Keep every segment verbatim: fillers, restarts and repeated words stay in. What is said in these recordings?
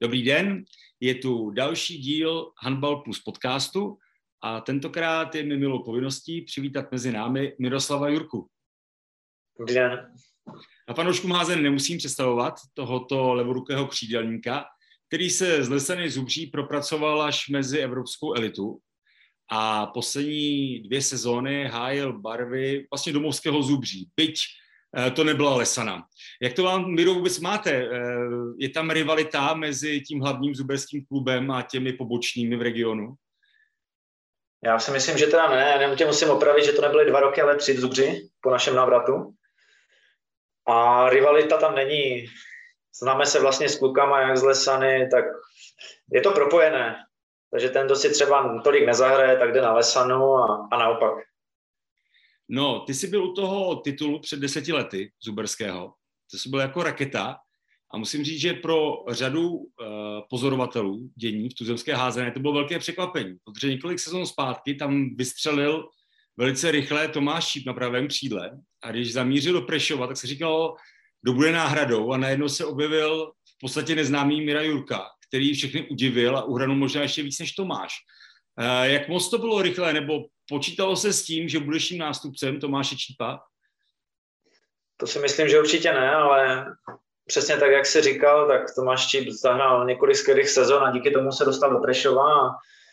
Dobrý den, je tu další díl Handball Plus podcastu a tentokrát je mi milou povinností přivítat mezi námi Miroslava Jurku. Dobrý den. Na fanouškům házen nemusím představovat tohoto levorukého křídelníka, který se z Lesany Zubří propracoval až mezi evropskou elitu a poslední dvě sezóny hájil barvy vlastně domovského Zubří, byť to nebyla Lesana. Jak to vám, Miro, vůbec máte? Je tam rivalita mezi tím hlavním zuberským klubem a těmi pobočnými v regionu? Já si myslím, že teda ne. Jenom tě musím opravit, že to nebyly dva roky, ale tři v Zubři po našem návratu. A rivalita tam není. Známe se vlastně s klukama, jak z Lesany, tak je to propojené. Takže ten, kdo si třeba tolik nezahraje, tak jde na Lesanu a, a naopak. No, ty jsi byl u toho titulu před deseti lety zuberského. To jsi byl jako raketa a musím říct, že pro řadu uh, pozorovatelů dění v tuzemské házené to bylo velké překvapení, protože několik sezon zpátky tam vystřelil velice rychle Tomáš Číp na pravém křídle a když zamířil do Prešova, tak se říkalo, kdo bude náhradou a najednou se objevil v podstatě neznámý Mira Jurka, který všechny udivil a uhranul možná ještě víc než Tomáš. Uh, jak moc to bylo rychlé, nebo počítalo se s tím, že budeš tím nástupcem Tomáše Čípa? To si myslím, že určitě ne, ale přesně tak, jak jsi říkal, tak Tomáš Číp zahrál několik skvělých sezon a díky tomu se dostal do Prešova.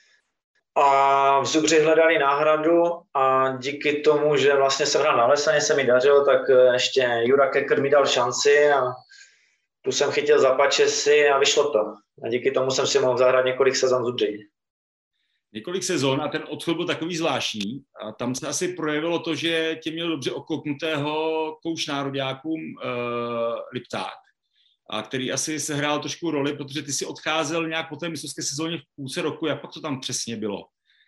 A v Zubři hledali náhradu a díky tomu, že vlastně jsem hrál na Lesaně, se mi dařilo, tak ještě Jura Kekr mi dal šanci a tu jsem chytil za pačesy a vyšlo to. A díky tomu jsem si mohl zahrát několik sezon v Zubři. Několik sezon a ten odchod byl takový zvláštní. A tam se asi projevilo to, že tě měl dobře okopnutého kouč nároďákům uh, Lipták, a který asi sehrál trošku roli, protože ty si odcházel nějak po té mistrovské sezóně v půlce roku. Jak pak to tam přesně bylo?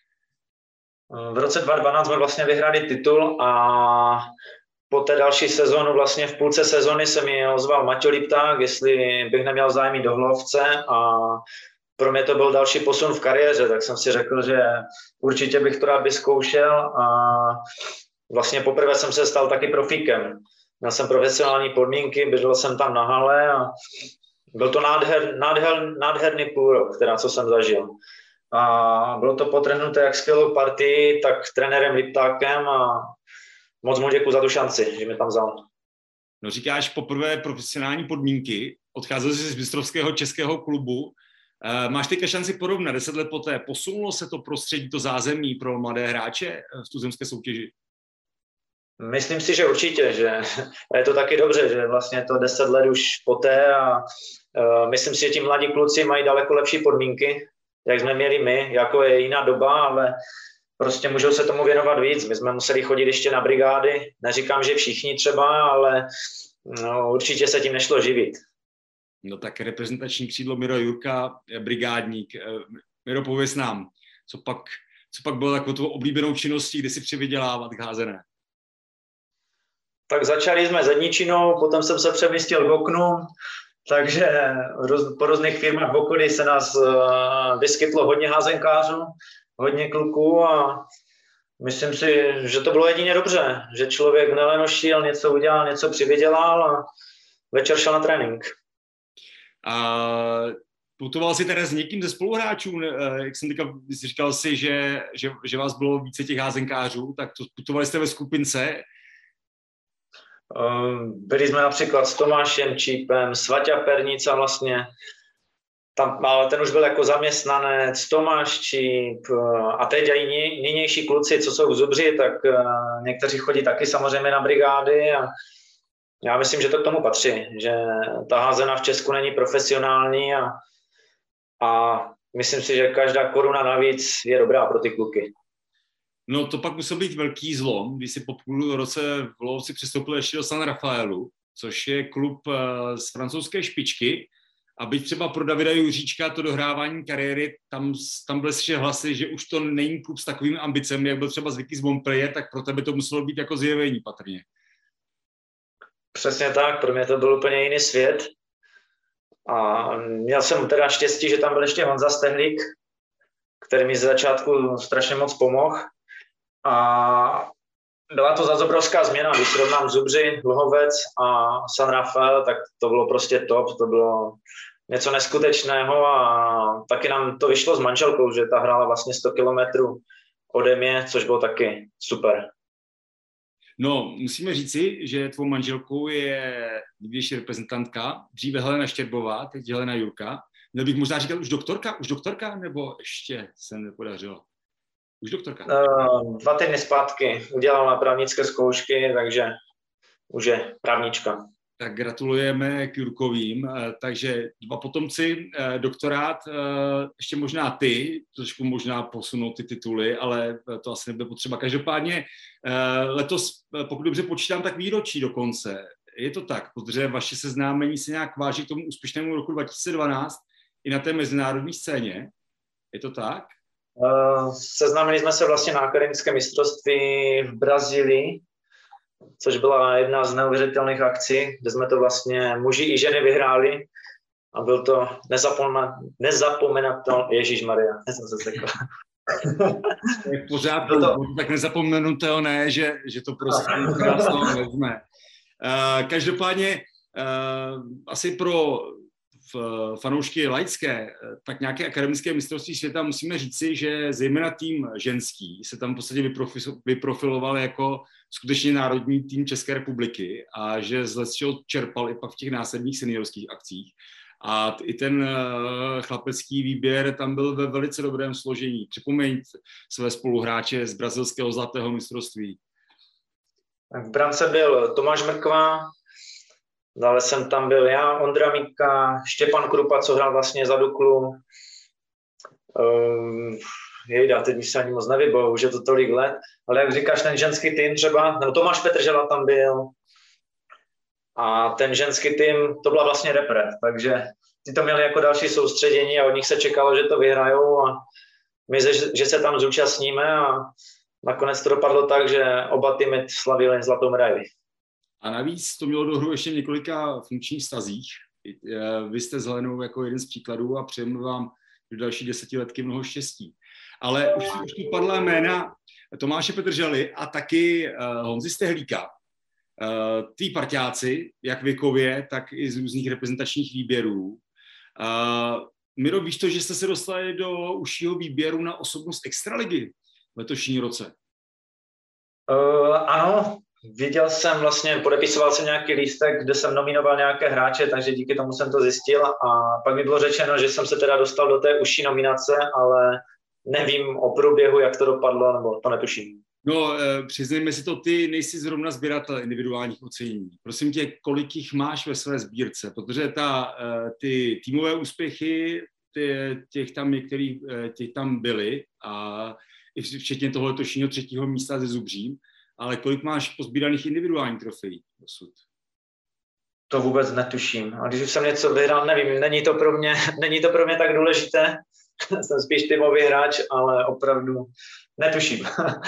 V roce dva tisíce dvanáct jsme vlastně vyhráli titul a po té další sezónu, vlastně v půlce sezóny se mi ozval Maťo Lipták, jestli bych neměl zájem do Hlovce a pro mě to byl další posun v kariéře, tak jsem si řekl, že určitě bych to rád vyzkoušel a vlastně poprvé jsem se stal taky profíkem. Měl jsem profesionální podmínky, bydlel jsem tam na hale a byl to nádher, nádher, nádherný půl rok, teda, co jsem zažil. A bylo to potrhnuté jak skvělou partii, tak trenérem Liptákem a moc mu děkuji za tu šanci, že mě tam vzal. No říkáš poprvé profesionální podmínky, odcházel jsi z mistrovského českého klubu. Máš teďka šanci porovnat, deset let poté, posunulo se to prostředí, to zázemí pro mladé hráče v tuzemské soutěži? Myslím si, že určitě, že je to taky dobře, že vlastně to deset let už poté a uh, myslím si, že ti mladí kluci mají daleko lepší podmínky, jak jsme měli my, jako je jiná doba, ale prostě můžou se tomu věnovat víc. My jsme museli chodit ještě na brigády, neříkám, že všichni třeba, ale no, určitě se tím nešlo živit. No tak reprezentační křídlo Miro Jurka, brigádník. Miro, pověz nám, co pak, co pak bylo takovou tvou oblíbenou činností, kde si přivydělávat k házené? Tak začali jsme s jedničinou, potom jsem se přemístil k oknu, takže po různých firmách v okolí se nás vyskytlo hodně házenkářů, hodně kluků a myslím si, že to bylo jedině dobře, že člověk nelenošil, něco udělal, něco přivydělal a večer šel na trénink. A putoval jsi teda s někým ze spoluhráčů, jak jsem teďka, říkal si, že, že, že vás bylo více těch házenkářů, tak to putovali jste ve skupince? Byli jsme například s Tomášem Čípem, s Vaťa Pernica vlastně, tam, ale ten už byl jako zaměstnanec, Tomáš Číp a teď i nynější kluci, co jsou v Zubři, tak někteří chodí taky samozřejmě na brigády a já myslím, že to k tomu patří, že ta házena v Česku není profesionální a, a myslím si, že každá koruna navíc je dobrá pro ty kluky. No to pak musel být velký zlom, když si po půl roce v Hlovci přistoupil ještě do San Rafaelu, což je klub z francouzské špičky. A byť třeba pro Davida Juříčka to dohrávání kariéry, tam, tam byly slyšet hlasy, že už to není klub s takovými ambicemi, jak byl třeba zvyklý z Montpellier, tak pro tebe to muselo být jako zjevení patrně. Přesně tak, pro mě to byl úplně jiný svět. A měl jsem teda štěstí, že tam byl ještě Honza Stehlík, který mi z začátku strašně moc pomohl. A byla to zase obrovská změna, když srovnám Zubři, Hlohovec a San Rafael, tak to bylo prostě top, to bylo něco neskutečného a taky nám to vyšlo s manželkou, že ta hrála vlastně sto kilometrů ode mě, což bylo taky super. No, musíme říci, že tvou manželkou je někdejší reprezentantka, dříve Helena Štěrbová, teď Helena Jurka. Měl bych možná říkat už doktorka, už doktorka, nebo ještě se nepodařilo? Už doktorka. Uh, dva týdny zpátky udělala právnické zkoušky, takže už je právnička. Tak gratulujeme k Jurkovým. Takže dva potomci, doktorát, ještě možná ty, trošku možná posunou ty tituly, ale to asi nebude potřeba. Každopádně letos, pokud dobře počítám, tak výročí dokonce. Je to tak, protože vaše seznámení se nějak váží k tomu úspěšnému roku dva tisíce dvanáct i na té mezinárodní scéně. Je to tak? Uh, seznámili jsme se vlastně na akademické mistrovství v Brazílii, což byla jedna z neuvěřitelných akcí, kde jsme to vlastně muži i ženy vyhráli a byl to nezapomenatelný, ježišmarja, jsem se řekl. Pořád to tak nezapomenutelné, že, že to prostě krásno vezme. Uh, každopádně uh, asi pro fanoušky laické, tak nějaké akademické mistrovství světa musíme říci, že zejména tým ženský se tam v podstatě vyprofiloval jako skutečně národní tým České republiky a že z lecčeho čerpal i pak v těch následných seniorských akcích. A i ten chlapecký výběr tam byl ve velice dobrém složení. Připomeň své spoluhráče z brazilského zlatého mistrovství. V brance byl Tomáš Mrkva, dále jsem tam byl já, Ondra Míka, Štěpán Krupa, co hrál vlastně za Duklu. Um, jejda, teď už se ani moc nevybavu, už je to tolik let, ale jak říkáš, ten ženský tým třeba, nebo Tomáš Petržela tam byl a ten ženský tým, to byla vlastně repre, takže ty to měli jako další soustředění a od nich se čekalo, že to vyhrajou a my, že se tam zúčastníme a nakonec to dopadlo tak, že oba týmy slavili zlatou medaili. A navíc to mělo do hru ještě v několika funkčních stazích. Vy jste s Helenou jako jeden z příkladů a přejeme vám do další desetiletky mnoho štěstí. Ale už, už tu padla jména Tomáše Petržely a taky uh, Honzi Stehlíka. Uh, tí parťáci, jak věkově, tak i z různých reprezentačních výběrů. Uh, Miro, víš to, že jste se dostali do užšího výběru na osobnost extraligy v letošním roce? Uh, ano, viděl jsem vlastně, podepisoval jsem nějaký lístek, kde jsem nominoval nějaké hráče, takže díky tomu jsem to zjistil a pak mi bylo řečeno, že jsem se teda dostal do té užší nominace, ale nevím o průběhu, jak to dopadlo, nebo to netuším. No, přiznejme si to, ty nejsi zrovna sběratel individuálních ocenění. Prosím tě, kolik jich máš ve své sbírce? Protože ta, ty týmové úspěchy, ty, těch tam některých, těch tam byly, a i včetně toho letošního třetího místa ze Zubřím, ale kolik máš pozbíraných individuálních trofejí dosud? To vůbec netuším. A když už jsem něco vyhrál, nevím, není to pro mě, není to pro mě tak důležité. Jsem spíš týmový hráč, ale opravdu netuším.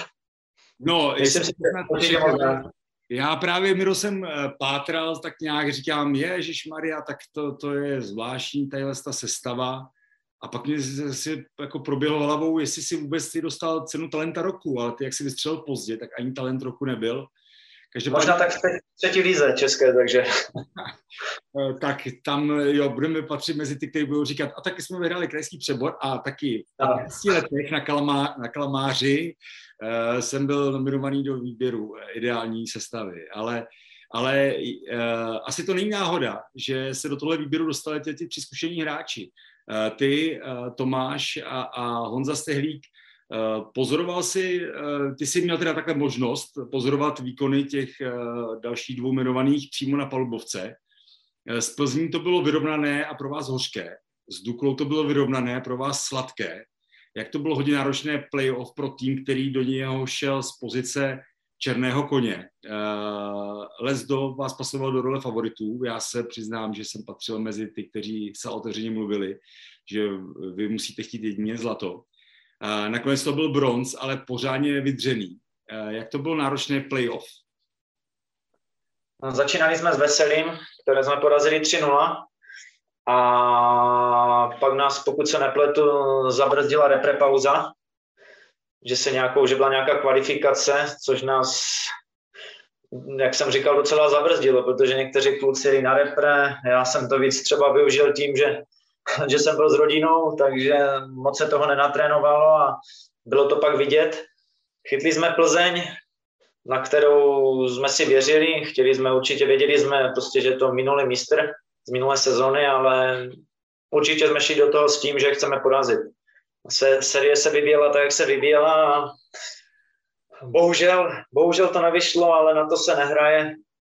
No, Myslím si, že já právě, Miro, jsem pátral, tak nějak říkám, ježišmarja, tak to, to je zvláštní, tadyhle ta sestava. A pak mě si jako proběhlo hlavou, jestli si vůbec ty dostal cenu talenta roku, ale ty, jak si vystřelil pozdě, tak ani talent roku nebyl. Každopádně... Možná tak v třetí lize české, takže... tak tam, jo, budeme patřit mezi ty, kteří budou říkat, a taky jsme vyhráli krajský přebor a taky v patnácti letech na, Kalmá, na Kalmáři uh, jsem byl nominovaný do výběru ideální sestavy, ale, ale uh, asi to není náhoda, že se do tohle výběru dostali ty, ty tři zkušení hráči. Uh, ty, uh, Tomáš a, a Honza Stehlík. Pozoroval jsi, ty jsi měl teda takhle možnost pozorovat výkony těch dalších dvou jmenovaných přímo na palubovce. S Plzní to bylo vyrovnané a pro vás hořké. S Duklou to bylo vyrovnané a pro vás sladké. Jak to bylo hodně náročné playoff pro tým, který do něho šel z pozice černého koně. Lesdo vás pasoval do role favoritů. Já se přiznám, že jsem patřil mezi ty, kteří se otevřeně mluvili, že vy musíte chtít jedině zlato. Uh, nakonec to byl bronz, ale pořádně vydřený. Uh, jak to bylo náročné playoff? No, začínali jsme s Veselým, které jsme porazili tři nula a pak nás, pokud se nepletu, zabrzdila reprepauza, že, se nějakou, že byla nějaká kvalifikace, což nás jak jsem říkal, docela zabrzdilo, protože někteří kluci jeli na repre, já jsem to víc třeba využil tím, že, že jsem byl s rodinou, takže moc se toho nenatrénovalo a bylo to pak vidět. Chytli jsme Plzeň, na kterou jsme si věřili, chtěli jsme určitě, věděli jsme prostě, že to minulý mistr z minulé sezony, ale určitě jsme šli do toho s tím, že chceme porazit. Se, série se vyvíjela tak, jak se vyvíjela a bohužel, bohužel to nevyšlo, ale na to se nehraje.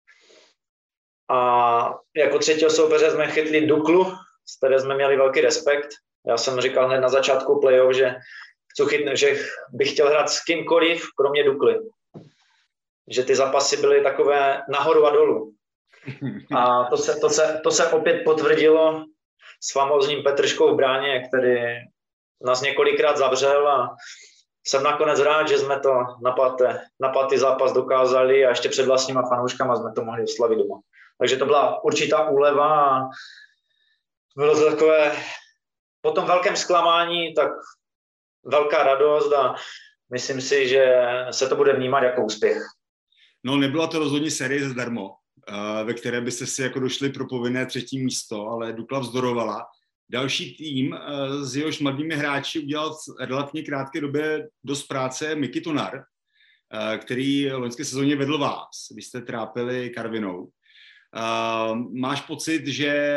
A jako třetího soupeře jsme chytli Duklu, z které jsme měli velký respekt. Já jsem říkal hned na začátku playoff, že, chci chytnout, že bych chtěl hrát s kýmkoliv, kromě Dukly. Že ty zápasy byly takové nahoru a dolů. A to se, to se, to se opět potvrdilo s famózním Petržkou v bráně, který nás několikrát zavřel a jsem nakonec rád, že jsme to na, páté, na pátý zápas dokázali a ještě před vlastníma fanouškama jsme to mohli oslavit doma. Takže to byla určitá úleva a bylo to takové po tom velkém zklamání tak velká radost a myslím si, že se to bude vnímat jako úspěch. No, nebyla to rozhodně série zadarmo, ve které byste si jako došli pro povinné třetí místo, ale Dukla vzdorovala. Další tým s jehož mladými hráči udělal v relativně krátké době dost práce Miky Tonar, který v loňské sezóně vedl vás, když jste trápili Karvinou. Máš pocit, že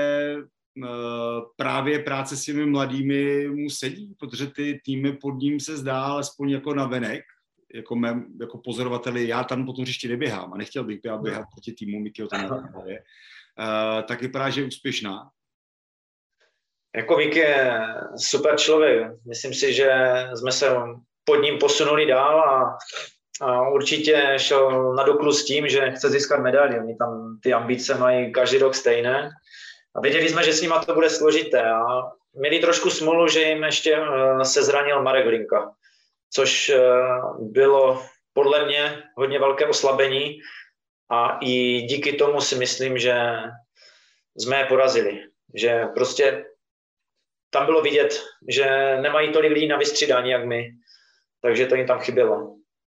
právě práce s těmi mladými mu sedí, protože ty týmy pod ním se zdá, alespoň jako navenek, jako, mé, jako pozorovateli, já tam po tom hřišti neběhám a nechtěl bych běhat proti týmu Mikyho Tonara, tak vypadá, že je úspěšná. Jako Mik je super člověk. Myslím si, že jsme se pod ním posunuli dál a, a určitě šel na Duklu s tím, že chce získat medaili. Oni tam ty ambice mají každý rok stejné. A věděli jsme, že s nima to bude složité. A měli trošku smůlu, že jim ještě se zranil Marek Hlinka, což bylo podle mě hodně velké oslabení. A i díky tomu si myslím, že jsme je porazili. Že prostě tam bylo vidět, že nemají tolik lidí na vystřídání, jak my. Takže to jim tam chybělo.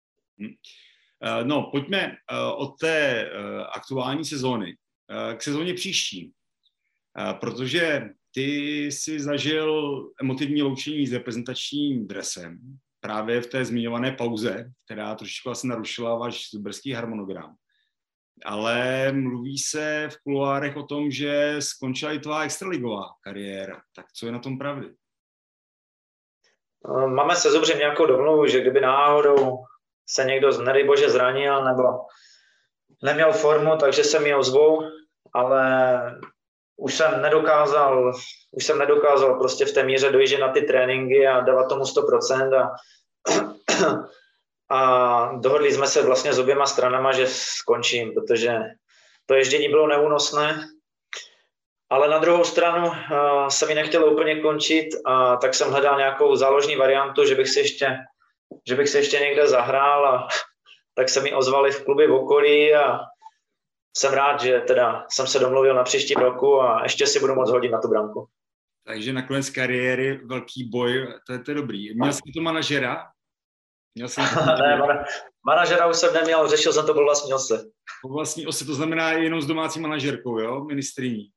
No, pojďme od té aktuální sezóny k sezóně příští. Protože ty jsi zažil emotivní loučení s reprezentačním dresem právě v té zmiňované pauze, která trošičku asi narušila váš zuberský harmonogram. Ale mluví se v kuloárech o tom, že skončila i tvá extraligová kariéra. Tak co je na tom pravdy? Máme se Zubřem nějakou domluvu, že kdyby náhodou se někdo, nedej bože, zranil nebo neměl formu, takže se mi ozvou, ale už jsem nedokázal, už jsem nedokázal prostě v té míře dojíždět na ty tréninky a dávat tomu sto procent a A dohodli jsme se vlastně s oběma stranama, že skončím, protože to ježdění bylo neúnosné. Ale na druhou stranu uh, se mi nechtělo úplně končit, a tak jsem hledal nějakou záložní variantu, že bych si ještě, že bych si ještě někde zahrál. A tak se mi ozvali v kluby v okolí a jsem rád, že teda jsem se domluvil na příští roku a ještě si budu moct hodit na tu branku. Takže nakonec kariéry velký boj, to je to dobrý. Měl jsi to manažera? Měl jsem ne, mana, manažera už jsem neměl, řešil jsem to po vlastní ose. Po vlastní ose, to znamená jenom s domácí manažerkou, jo? Ministryní.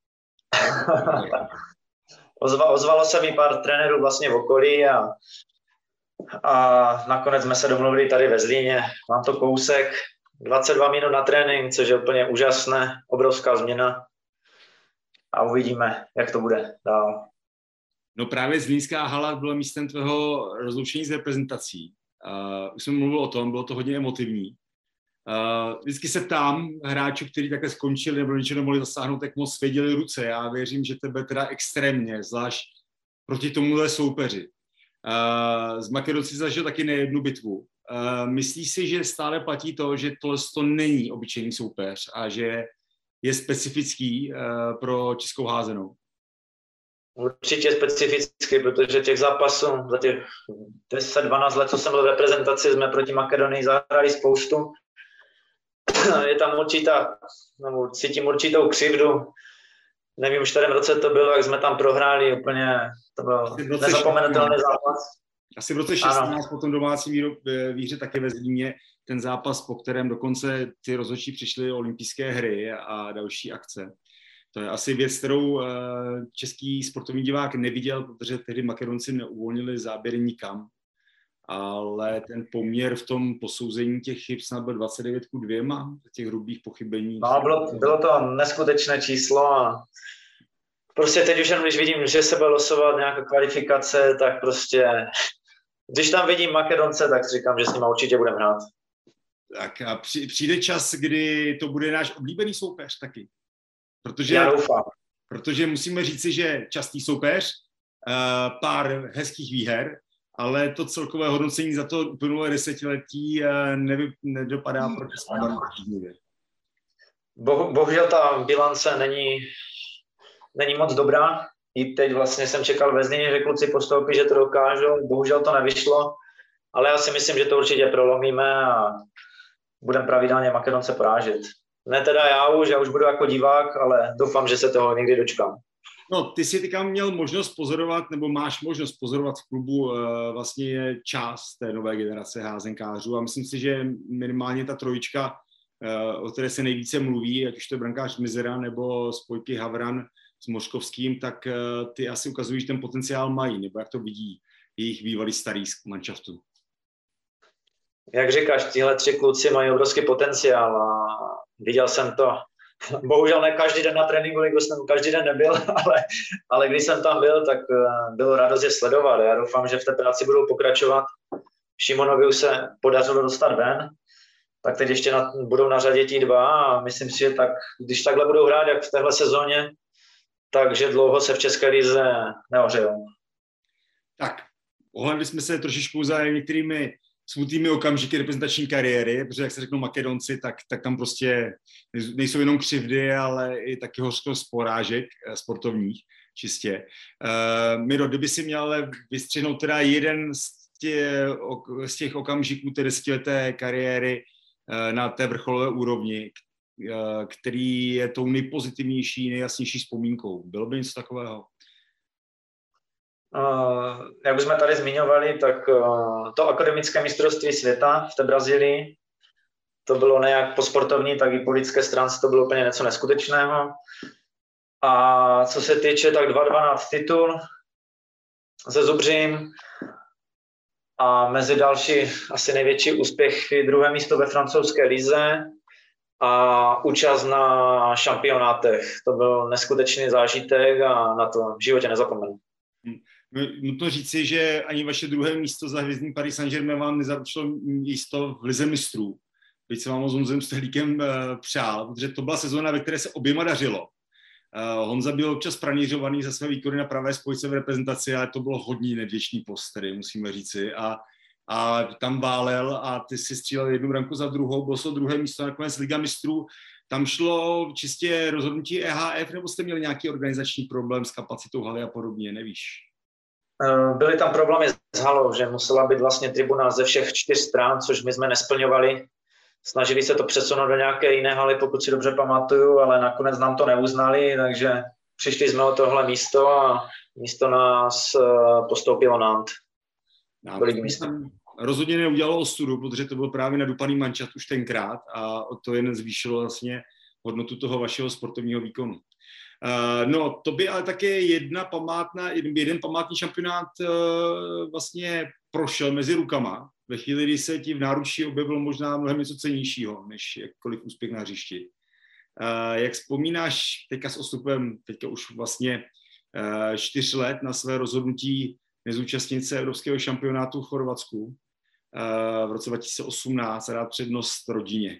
Ozva, ozvalo se mi pár trenérů vlastně v okolí a, a nakonec jsme se domluvili tady ve Zlíně. Mám to kousek, dvacet dva minut na trénink, což je úplně úžasné, obrovská změna. A uvidíme, jak to bude dál. No právě Zlínská hala byla místem tvého rozloučení s reprezentací. Uh, už jsem mluvil o tom, bylo to hodně emotivní. Uh, vždycky se ptám hráčů, kteří takhle skončili nebo ničeho nemohli zasáhnout, tak moc svěděli ruce. Já věřím, že tebe teda extrémně, zvlášť proti tomuhle soupeři. Uh, z Makedonci zažil taky nejednu bitvu. Uh, myslíš si, že stále platí to, že tohle to není obyčejný soupeř a že je specifický uh, pro českou házenou? Určitě specificky, protože těch zápasů za těch deset dvanáct let, co jsem byl v reprezentaci, jsme proti Makedonii zahrali spoustu. Je tam určitá, nebo cítím určitou křivdu. Nevím, už v kterém roce to bylo, jak jsme tam prohráli úplně, to byl nezapomenutelný zápas. Asi v roce šestnáct po tom domácím výhře také ve Zlíně, ten zápas, po kterém dokonce ty rozhodčí přišly olympijské hry a další akce. To je asi věc, kterou český sportovní divák neviděl, protože tehdy Makedonci neuvolnili záběry nikam. Ale ten poměr v tom posouzení těch chyb snad byl dvacet devět ku dvěma, těch hrubých pochybení. No, bylo, bylo to neskutečné číslo a prostě teď už jenom, když vidím, že se bude losovat nějaká kvalifikace, tak prostě, když tam vidím Makedonce, tak si říkám, že s nimi určitě budeme hrát. Tak a přijde čas, kdy to bude náš oblíbený soupeř taky. Protože, Já doufám. Protože musíme říci, že častý soupeř, pár hezkých výher, ale to celkové hodnocení za to uplynulé desetiletí nevy, nedopadá pro Českou. Bohu, bohužel ta bilance není, není moc dobrá. I teď vlastně jsem čekal ve Zlíně, že kluci postoupí, že to dokážou. Bohužel to nevyšlo, ale já si myslím, že to určitě prolomíme a budeme pravidelně Makedonce porážet. Ne teda já už, já už budu jako divák, ale doufám, že se toho někdy dočkám. No, ty jsi teďka měl možnost pozorovat, nebo máš možnost pozorovat v klubu uh, vlastně část té nové generace házenkářů a myslím si, že minimálně ta trojička, uh, o které se nejvíce mluví, ať už to je brankář Mizera nebo spojky Havran s Mořkovským, tak uh, ty asi ukazují, že ten potenciál mají, nebo jak to vidí jejich bývalý starý z manšaftu. Jak říkáš, tihle tři kluci mají obrovský potenciál a viděl jsem to. Bohužel ne každý den na tréninku, když jsem každý den nebyl, ale, ale když jsem tam byl, tak bylo radost je sledovat. Já doufám, že v té práci budou pokračovat. Šimonovi už se podařilo dostat ven, tak teď ještě na, budou na řadě ti dva a myslím si, že tak, když takhle budou hrát, jak v téhle sezóně, takže dlouho se v České lize neohřejou. Tak, ohledli jsme se trošičku za některými smutnými okamžiky reprezentační kariéry, protože jak se řeknou Makedonci, tak, tak tam prostě nejsou jenom křivdy, ale i taky hořkost porážek sportovních čistě. Uh, Miro, kdyby si měl vystřihnout teda jeden z těch, z těch okamžiků té desetileté kariéry uh, na té vrcholové úrovni, uh, který je tou nejpozitivnější, nejjasnější vzpomínkou. Bylo by něco takového? Uh, jak už jsme tady zmiňovali, tak uh, to akademické mistrovství světa v té Brazílii, to bylo nejak po sportovní, tak i po lidské stránce to bylo úplně něco neskutečného. A co se týče, tak dva dvanáct titul se Zubřím a mezi další asi největší úspěchy druhé místo ve francouzské lize a účast na šampionátech. To byl neskutečný zážitek a na to v životě nezapomenu. Nutno říci, že ani vaše druhé místo za hvězdný Paris Saint-Germain vám nezaručilo místo v lize mistrů. Byť se vám s Honzem Stehlíkem přál, protože to byla sezóna, ve které se oběma dařilo. Honza byl občas pranířovaný za své výkony na pravé spojce v reprezentaci, ale to bylo hodně nevděčný post, tedy musíme říci. A, a tam válel a ty si střílel jednu branku za druhou, bylo to druhé místo nakonec Liga mistrů. Tam šlo čistě rozhodnutí E H F, nebo jste měli nějaký organizační problém s kapacitou haly a podobně, nevíš? Byly tam problémy s halou, že musela být vlastně tribuna ze všech čtyř stran, což my jsme nesplňovali. Snažili se to přesunout do nějaké jiné haly, pokud si dobře pamatuju, ale nakonec nám to neuznali, takže přišli jsme o tohle místo a místo nás postoupilo Nantes. Rozhodně neudělalo ostudu, protože to byl právě nadupaný mančat už tenkrát a to jen zvýšilo vlastně hodnotu toho vašeho sportovního výkonu. Uh, no, to by ale také jedna památná, jeden, jeden památný šampionát uh, vlastně prošel mezi rukama. Ve chvíli, kdy se ti v náručí objevilo možná mnohem něco cennějšího, než jakkoliv úspěch na hřišti. Uh, jak vzpomínáš teďka s odstupem, teďka už vlastně uh, čtyř let na své rozhodnutí nezúčastnit se evropského šampionátu v Chorvatsku uh, v roce dva tisíce osmnáct a dát přednost rodině?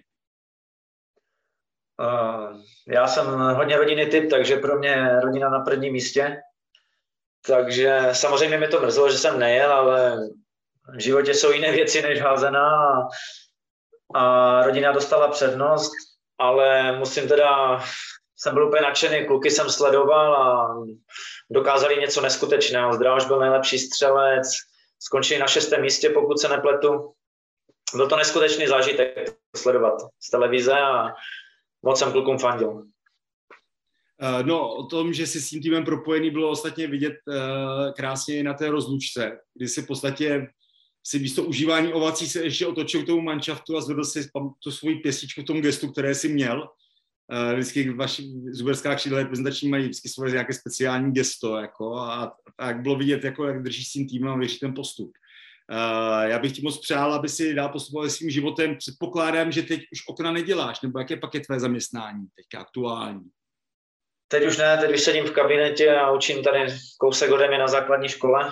Uh, já jsem hodně rodinný typ, takže pro mě rodina na prvním místě. Takže samozřejmě mi to mrzelo, že jsem nejel, ale v životě jsou jiné věci než házená a, a rodina dostala přednost, ale musím teda, jsem byl úplně nadšený, kluky jsem sledoval a dokázali něco neskutečného. Zdráž byl nejlepší střelec, skončili na šestém místě, pokud se nepletu. Byl to neskutečný zážitek sledovat z televize a moc jsem klukům fandil. No, o tom, že si s tím týmem propojený, bylo ostatně vidět krásně na té rozlučce, kdy si v podstatě si místo užívání ovací se ještě otočil k tomu manšaftu a zvedl si tu svoji pěstičku v tom gestu, které si měl. Vždycky vaši zuberská křídla reprezentační mají vždycky svoje nějaké speciální gesto, jako, a tak bylo vidět, jako, jak drží s tím týmem a věří ten postup. Já bych ti moc přál, aby si dál postupoval svým životem. Předpokládám, že teď už okna neděláš, nebo jaké pak je tvé zaměstnání teďka aktuální? Teď už ne, teď už sedím v kabinetě a učím tady kousek ode mě na základní škole.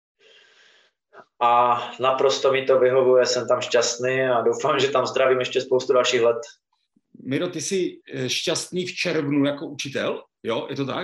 A naprosto mi to vyhovuje, jsem tam šťastný a doufám, že tam strávím ještě spoustu dalších let. Miro, ty jsi šťastný v červnu jako učitel, jo? Je to tak?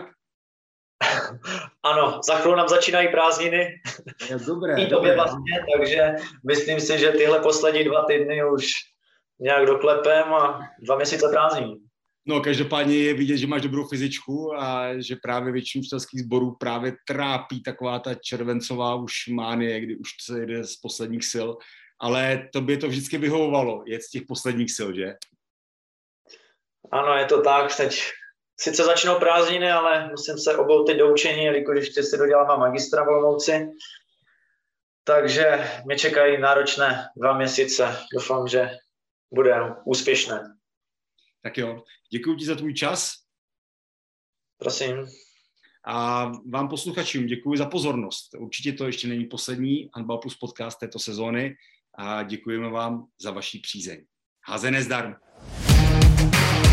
Ano, za chvíli nám začínají prázdniny. Je dobré. I tobě vlastně, takže myslím si, že tyhle poslední dva týdny už nějak doklepem a dva měsíce prázdnin. No, každopádně je vidět, že máš dobrou fyzičku a že právě většinu učitelských sborů právě trápí taková ta červencová už mánie, kdy už se jde z posledních sil, ale tobě to vždycky vyhovovalo, jet z těch posledních sil, že? Ano, je to tak, teď sice začnou prázdniny, ale musím se obout teď do učení, jelikož ještě si dodělám magistra v Olomouci, takže mě čekají náročné dva měsíce, doufám, že bude úspěšné. Tak jo, děkuji ti za tvůj čas. Prosím. A vám posluchačům děkuji za pozornost. Určitě to ještě není poslední Handball Plus podcast této sezóny a děkujeme vám za vaši přízeň. Házené zdar.